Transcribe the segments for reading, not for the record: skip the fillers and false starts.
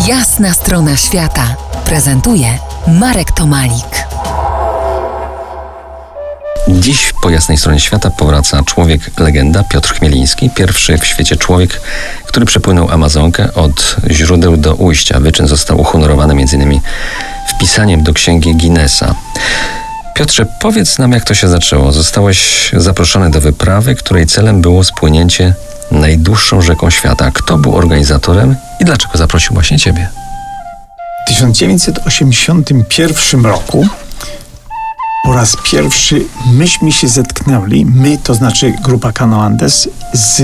Jasna strona świata prezentuje Marek Tomalik. Dziś po jasnej stronie świata powraca człowiek-legenda Piotr Chmieliński, pierwszy w świecie człowiek, który przepłynął Amazonkę od źródeł do ujścia. Wyczyn został uhonorowany m.in. wpisaniem do Księgi Guinnessa. Piotrze, powiedz nam, jak to się zaczęło. Zostałeś zaproszony do wyprawy, której celem było spłynięcie najdłuższą rzeką świata. Kto był organizatorem i dlaczego zaprosił właśnie Ciebie? W 1981 roku po raz pierwszy myśmy się zetknęli, to znaczy grupa Cano Andes, z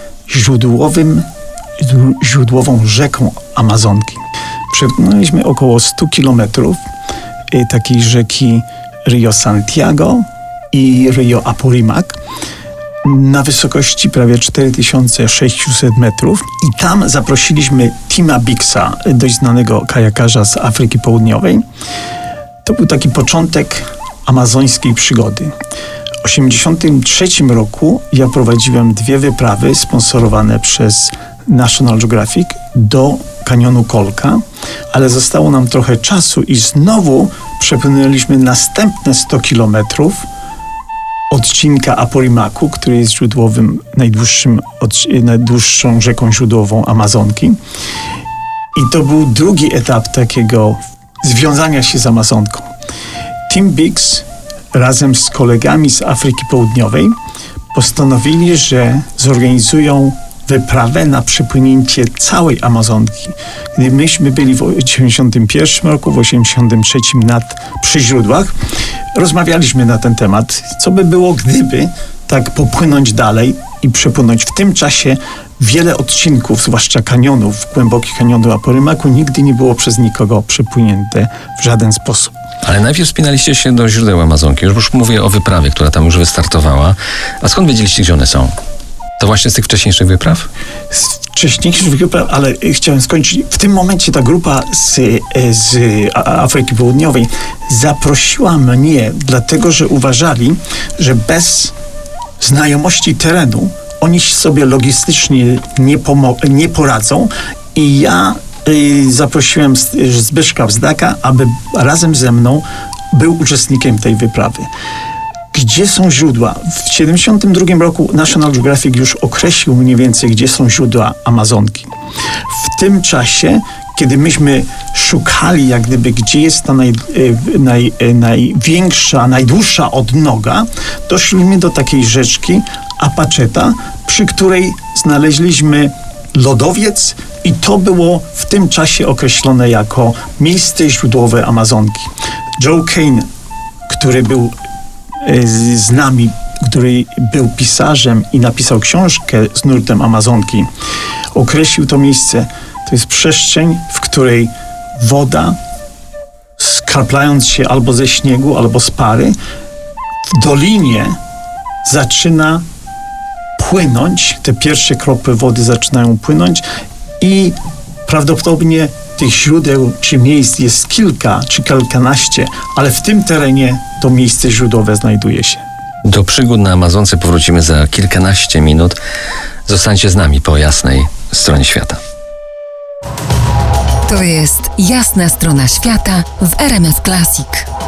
źródłową rzeką Amazonki. Przepłynęliśmy około 100 kilometrów takiej rzeki Rio Santiago i Rio Apurimac na wysokości prawie 4600 metrów i tam zaprosiliśmy Tima Biggsa, dość znanego kajakarza z Afryki Południowej. To był taki początek amazońskiej przygody. W 1983 roku ja prowadziłem 2 wyprawy sponsorowane przez National Geographic do kanionu Colca, ale zostało nam trochę czasu i znowu przepłynęliśmy następne 100 kilometrów odcinka Apurimacu, który jest najdłuższą rzeką źródłową Amazonki. I to był drugi etap takiego związania się z Amazonką. Tim Biggs razem z kolegami z Afryki Południowej postanowili, że zorganizują wyprawę na przepłynięcie całej Amazonki. Gdy myśmy byli w 1981 roku, w 1983 przy źródłach, rozmawialiśmy na ten temat, co by było, gdyby tak popłynąć dalej i przepłynąć. W tym czasie wiele odcinków, zwłaszcza kanionów, głębokich kanionów Apurimacu, nigdy nie było przez nikogo przepłynięte w żaden sposób. Ale najpierw wspinaliście się do źródeł Amazonki. Już mówię o wyprawie, która tam już wystartowała. A skąd wiedzieliście, gdzie one są? To właśnie z tych wcześniejszych wypraw? Z wcześniejszych wypraw, ale chciałem skończyć. W tym momencie ta grupa z Afryki Południowej zaprosiła mnie, dlatego że uważali, że bez znajomości terenu oni sobie logistycznie nie poradzą i ja zaprosiłem Zbyszka Wzdaka, aby razem ze mną był uczestnikiem tej wyprawy. Gdzie są źródła? W 1972 roku National Geographic już określił mniej więcej, gdzie są źródła Amazonki. W tym czasie, kiedy myśmy szukali jak gdyby, gdzie jest ta największa, najdłuższa odnoga, doszliśmy do takiej rzeczki Apacheta, przy której znaleźliśmy lodowiec i to było w tym czasie określone jako miejsce źródłowe Amazonki. Joe Kane, który był z nami, który był pisarzem i napisał książkę z nurtem Amazonki, określił to miejsce. To jest przestrzeń, w której woda, skraplając się albo ze śniegu, albo z pary, w dolinie zaczyna płynąć, te pierwsze kropły wody zaczynają płynąć i prawdopodobnie tych źródeł czy miejsc jest kilka czy kilkanaście, ale w tym terenie to miejsce źródłowe znajduje się. Do przygód na Amazonce powrócimy za kilkanaście minut. Zostańcie z nami po jasnej stronie świata. To jest Jasna strona świata w RMF Classic.